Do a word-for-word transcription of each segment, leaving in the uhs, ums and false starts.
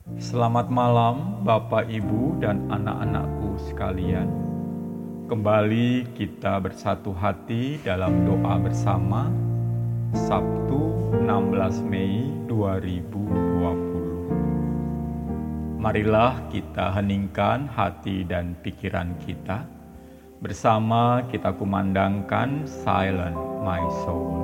Selamat malam Bapak, Ibu, dan anak-anakku sekalian. Kembali kita bersatu hati dalam doa bersama Sabtu enam belas Mei dua ribu dua puluh. Marilah kita heningkan hati dan pikiran kita. Bersama kita kumandangkan Silent My Soul.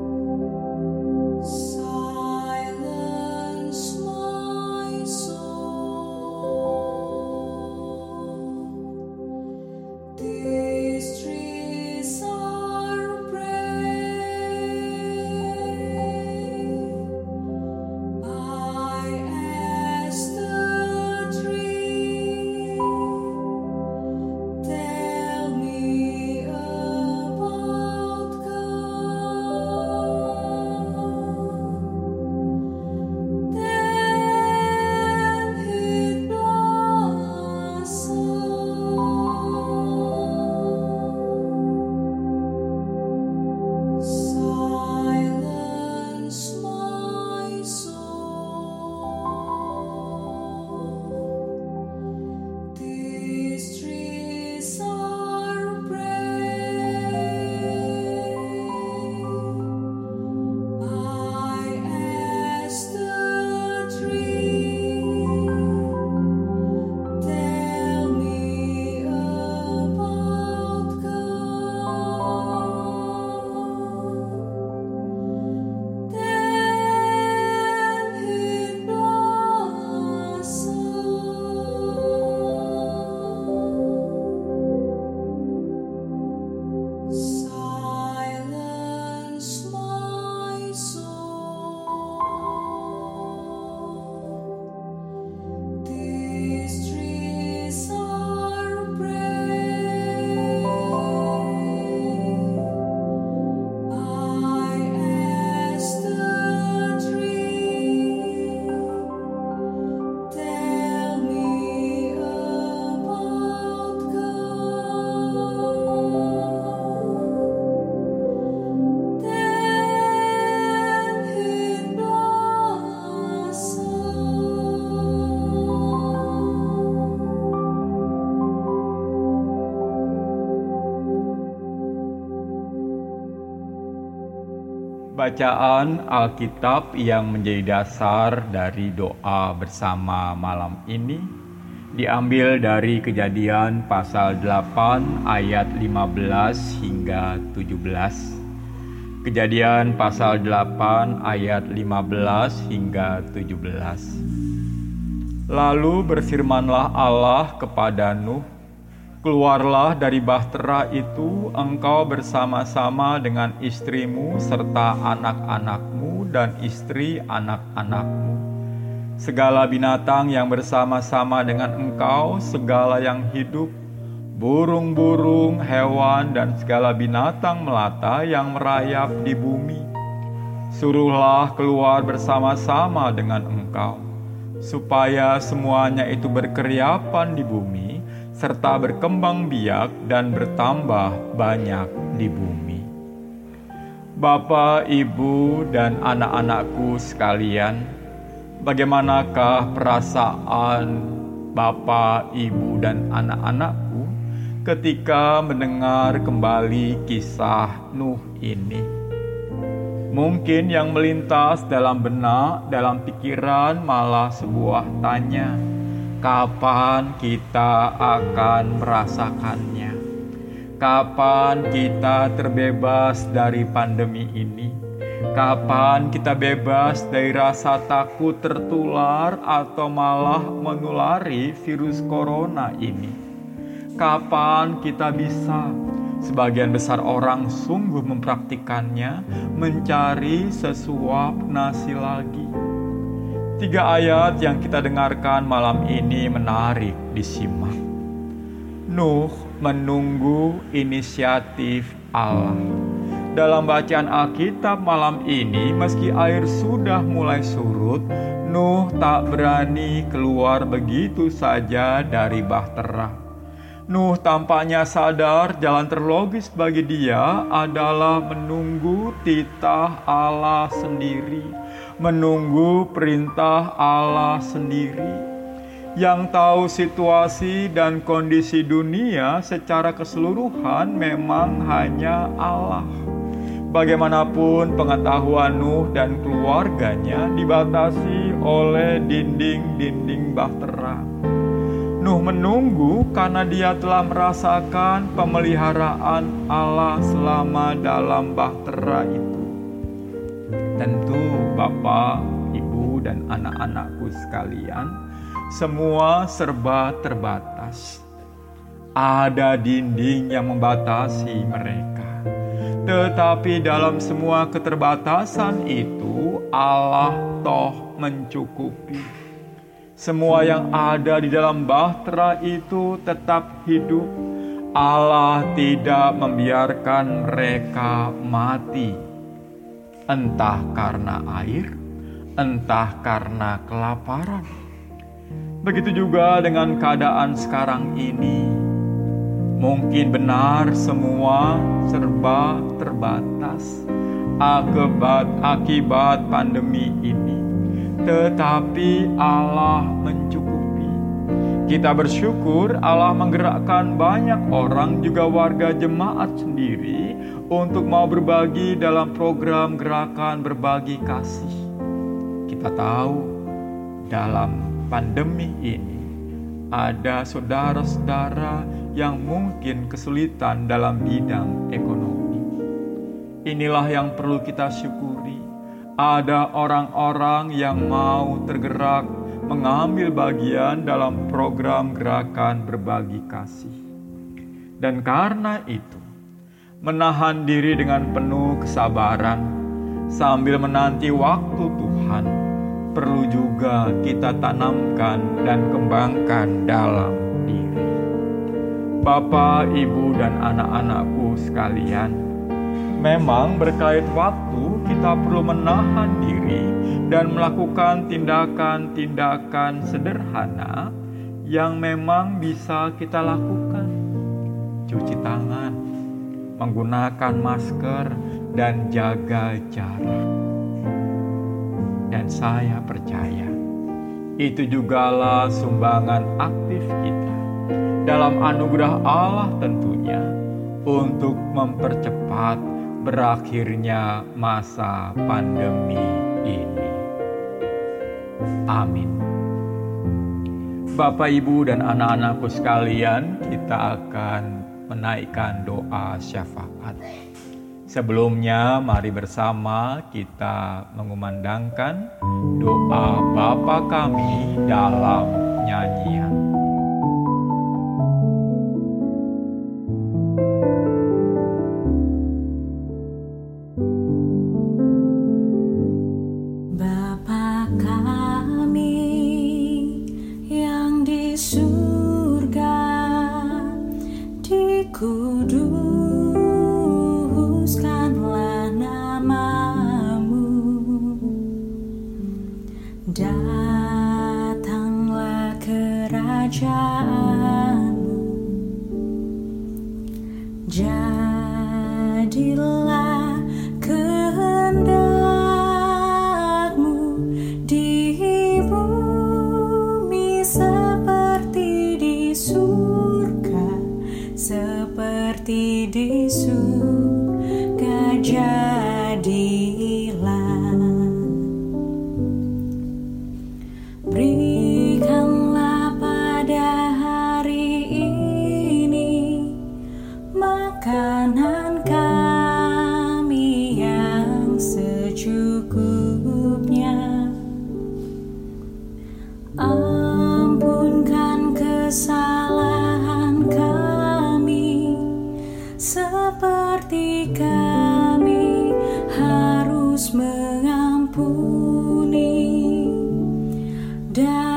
Bacaan Alkitab yang menjadi dasar dari doa bersama malam ini diambil dari Kejadian pasal delapan ayat lima belas hingga tujuh belas. Kejadian pasal delapan ayat lima belas hingga tujuh belas. Lalu berfirmanlah Allah kepada Nuh, "Keluarlah dari bahtera itu, engkau bersama-sama dengan istrimu serta anak-anakmu dan istri anak-anakmu. Segala binatang yang bersama-sama dengan engkau, segala yang hidup, burung-burung, hewan, dan segala binatang melata yang merayap di bumi. Suruhlah keluar bersama-sama dengan engkau, supaya semuanya itu berkeriapan di bumi, serta berkembang biak dan bertambah banyak di bumi." Bapak, Ibu, dan anak-anakku sekalian, bagaimanakah perasaan Bapak, Ibu, dan anak-anakku ketika mendengar kembali kisah Nuh ini? Mungkin yang melintas dalam benak, dalam pikiran malah sebuah tanya, kapan kita akan merasakannya? Kapan kita terbebas dari pandemi ini? Kapan kita bebas dari rasa takut tertular atau malah menulari virus corona ini? Kapan kita bisa, sebagian besar orang sungguh mempraktikannya, mencari sesuap nasi lagi? Tiga ayat yang kita dengarkan malam ini menarik disimak. Nuh menunggu inisiatif Allah. Dalam bacaan Alkitab malam ini, meski air sudah mulai surut, Nuh tak berani keluar begitu saja dari bahtera. Nuh tampaknya sadar jalan terlogis bagi dia adalah menunggu titah Allah sendiri, menunggu perintah Allah sendiri, yang tahu situasi dan kondisi dunia secara keseluruhan memang hanya Allah. Bagaimanapun pengetahuan Nuh dan keluarganya dibatasi oleh dinding-dinding bahtera. Nuh menunggu karena dia telah merasakan pemeliharaan Allah selama dalam bahtera itu. Tentu Bapak, Ibu, dan anak-anakku sekalian, semua serba terbatas. Ada dinding yang membatasi mereka. Tetapi dalam semua keterbatasan itu, Allah toh mencukupi. Semua yang ada di dalam bahtera itu tetap hidup. Allah tidak membiarkan mereka mati. Entah karena air, entah karena kelaparan. Begitu juga dengan keadaan sekarang ini. Mungkin benar semua serba terbatas akibat akibat pandemi ini, tetapi Allah mencukupi. Kita bersyukur Allah menggerakkan banyak orang, juga warga jemaat sendiri, untuk mau berbagi dalam program gerakan berbagi kasih. Kita tahu dalam pandemi ini ada saudara-saudara yang mungkin kesulitan dalam bidang ekonomi. Inilah yang perlu kita syukuri. Ada orang-orang yang mau tergerak mengambil bagian dalam program gerakan berbagi kasih. Dan karena itu, menahan diri dengan penuh kesabaran sambil menanti waktu Tuhan perlu juga kita tanamkan dan kembangkan dalam diri. Bapak, Ibu, dan anak-anakku sekalian, memang berkait waktu kita perlu menahan diri dan melakukan tindakan-tindakan sederhana yang memang bisa kita lakukan. Cuci tangan, menggunakan masker, dan jaga jarak. Dan saya percaya itu jugalah sumbangan aktif kita dalam anugerah Allah tentunya untuk mempercepat berakhirnya masa pandemi ini. Amin. Bapak, Ibu, dan anak-anakku sekalian, kita akan menaikkan doa syafaat. Sebelumnya, mari bersama kita mengumandangkan doa Bapa kami dalam nyanyian. Bapa kami yang di surga, dikuduskanlah namamu, datanglah kerajaanmu, jadilah kehendakmu di bumi seperti di surga, seperti di surga jadilah. Berikanlah pada hari ini makanan kami yang secukupnya. Ampunkan kesalahan kami seperti kami harus mengampuni. Dan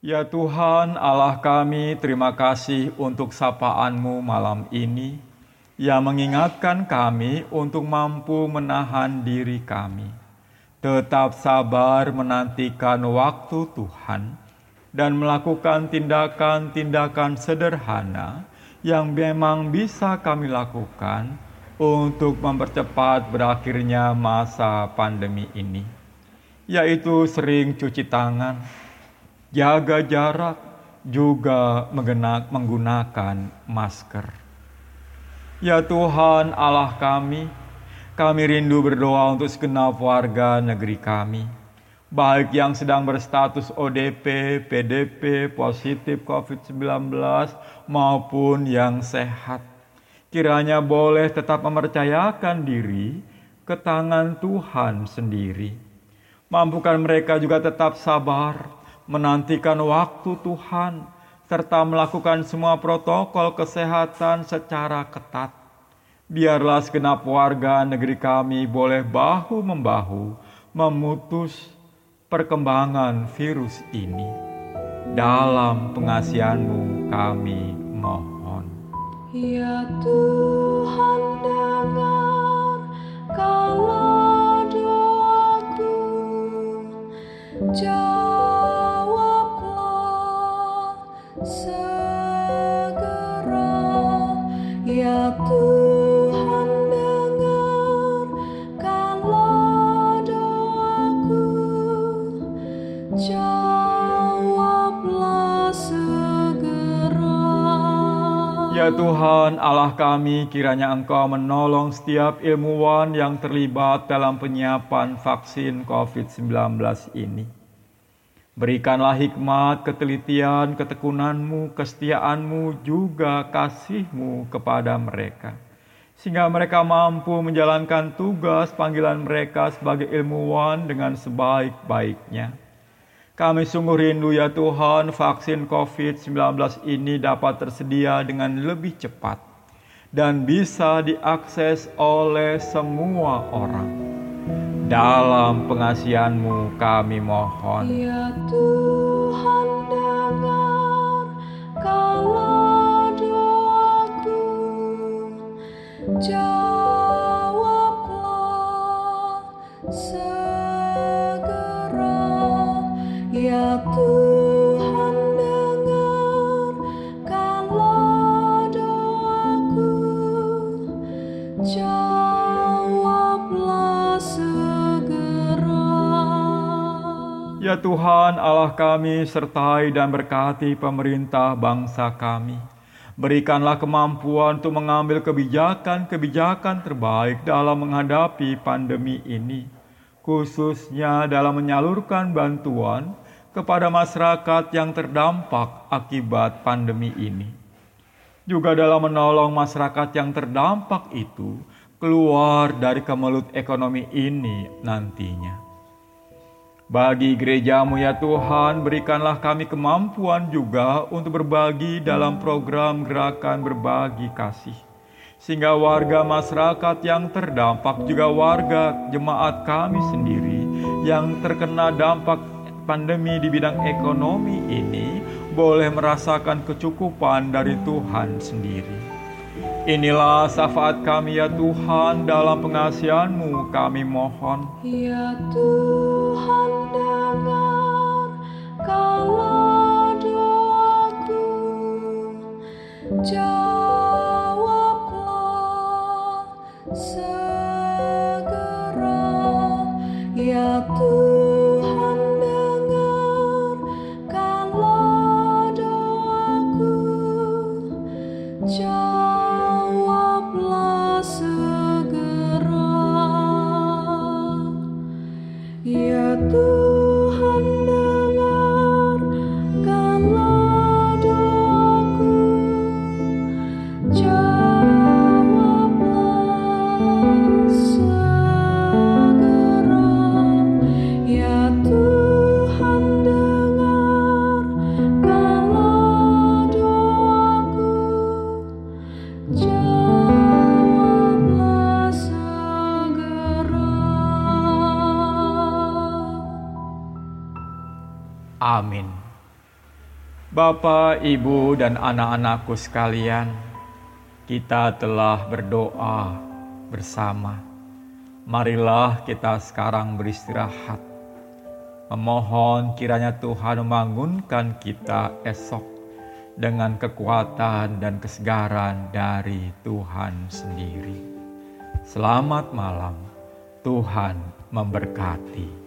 Ya Tuhan Allah kami, terima kasih untuk sapaan-Mu malam ini yang mengingatkan kami untuk mampu menahan diri kami. Tetap sabar menantikan waktu Tuhan dan melakukan tindakan-tindakan sederhana yang memang bisa kami lakukan untuk mempercepat berakhirnya masa pandemi ini, yaitu sering cuci tangan, jaga jarak, juga menggunakan masker. Ya Tuhan Allah kami, kami rindu berdoa untuk segenap warga negeri kami, baik yang sedang berstatus O D P, P D P, positif covid sembilan belas, maupun yang sehat. Kiranya boleh tetap mempercayakan diri ke tangan Tuhan sendiri. Mampukan mereka juga tetap sabar, menantikan waktu Tuhan, serta melakukan semua protokol kesehatan secara ketat. Biarlah segenap warga negeri kami boleh bahu-membahu memutus perkembangan virus ini. Dalam pengasihan-Mu kami mohon. Ya Tuhan, dengarkanlah doaku, jawablah segera. Ya Tuhan, dengarkanlah doaku, jawablah segera. Ya Tuhan Allah kami, kiranya Engkau menolong setiap ilmuwan yang terlibat dalam penyiapan vaksin covid sembilan belas ini. Berikanlah hikmat, ketelitian, ketekunan-Mu, kesetiaan-Mu, juga kasih-Mu kepada mereka, sehingga mereka mampu menjalankan tugas panggilan mereka sebagai ilmuwan dengan sebaik-baiknya. Kami sungguh rindu ya Tuhan, vaksin covid sembilan belas ini dapat tersedia dengan lebih cepat dan bisa diakses oleh semua orang. Dalam pengasihan-Mu kami mohon. Ya Tuhan, dengarkanlah doaku, jawablah segera. Ya Tuhan, dengarkanlah doaku, jawablah segera. Ya Tuhan Allah kami, sertai dan berkati pemerintah bangsa kami. Berikanlah kemampuan untuk mengambil kebijakan-kebijakan terbaik dalam menghadapi pandemi ini, khususnya dalam menyalurkan bantuan kepada masyarakat yang terdampak akibat pandemi ini. Juga dalam menolong masyarakat yang terdampak itu keluar dari kemelut ekonomi ini nantinya. Bagi gereja-Mu ya Tuhan, berikanlah kami kemampuan juga untuk berbagi dalam program gerakan berbagi kasih, sehingga warga masyarakat yang terdampak, juga warga jemaat kami sendiri yang terkena dampak pandemi di bidang ekonomi ini boleh merasakan kecukupan dari Tuhan sendiri. Inilah syafaat kami ya Tuhan, dalam pengasihan-Mu kami mohon. Ya Tuhan, dengarkanlah doaku, jawablah segera. Ya Tuhan, dengarkanlah doaku, jawablah segera. Ya Tuhan, dengarkanlah doaku, jawablah segera. Ya Tuhan, dengarkanlah doaku, jawablah segera. Amin. Bapak, Ibu, dan anak-anakku sekalian, kita telah berdoa bersama. Marilah kita sekarang beristirahat, memohon kiranya Tuhan membangunkan kita esok dengan kekuatan dan kesegaran dari Tuhan sendiri. Selamat malam, Tuhan memberkati.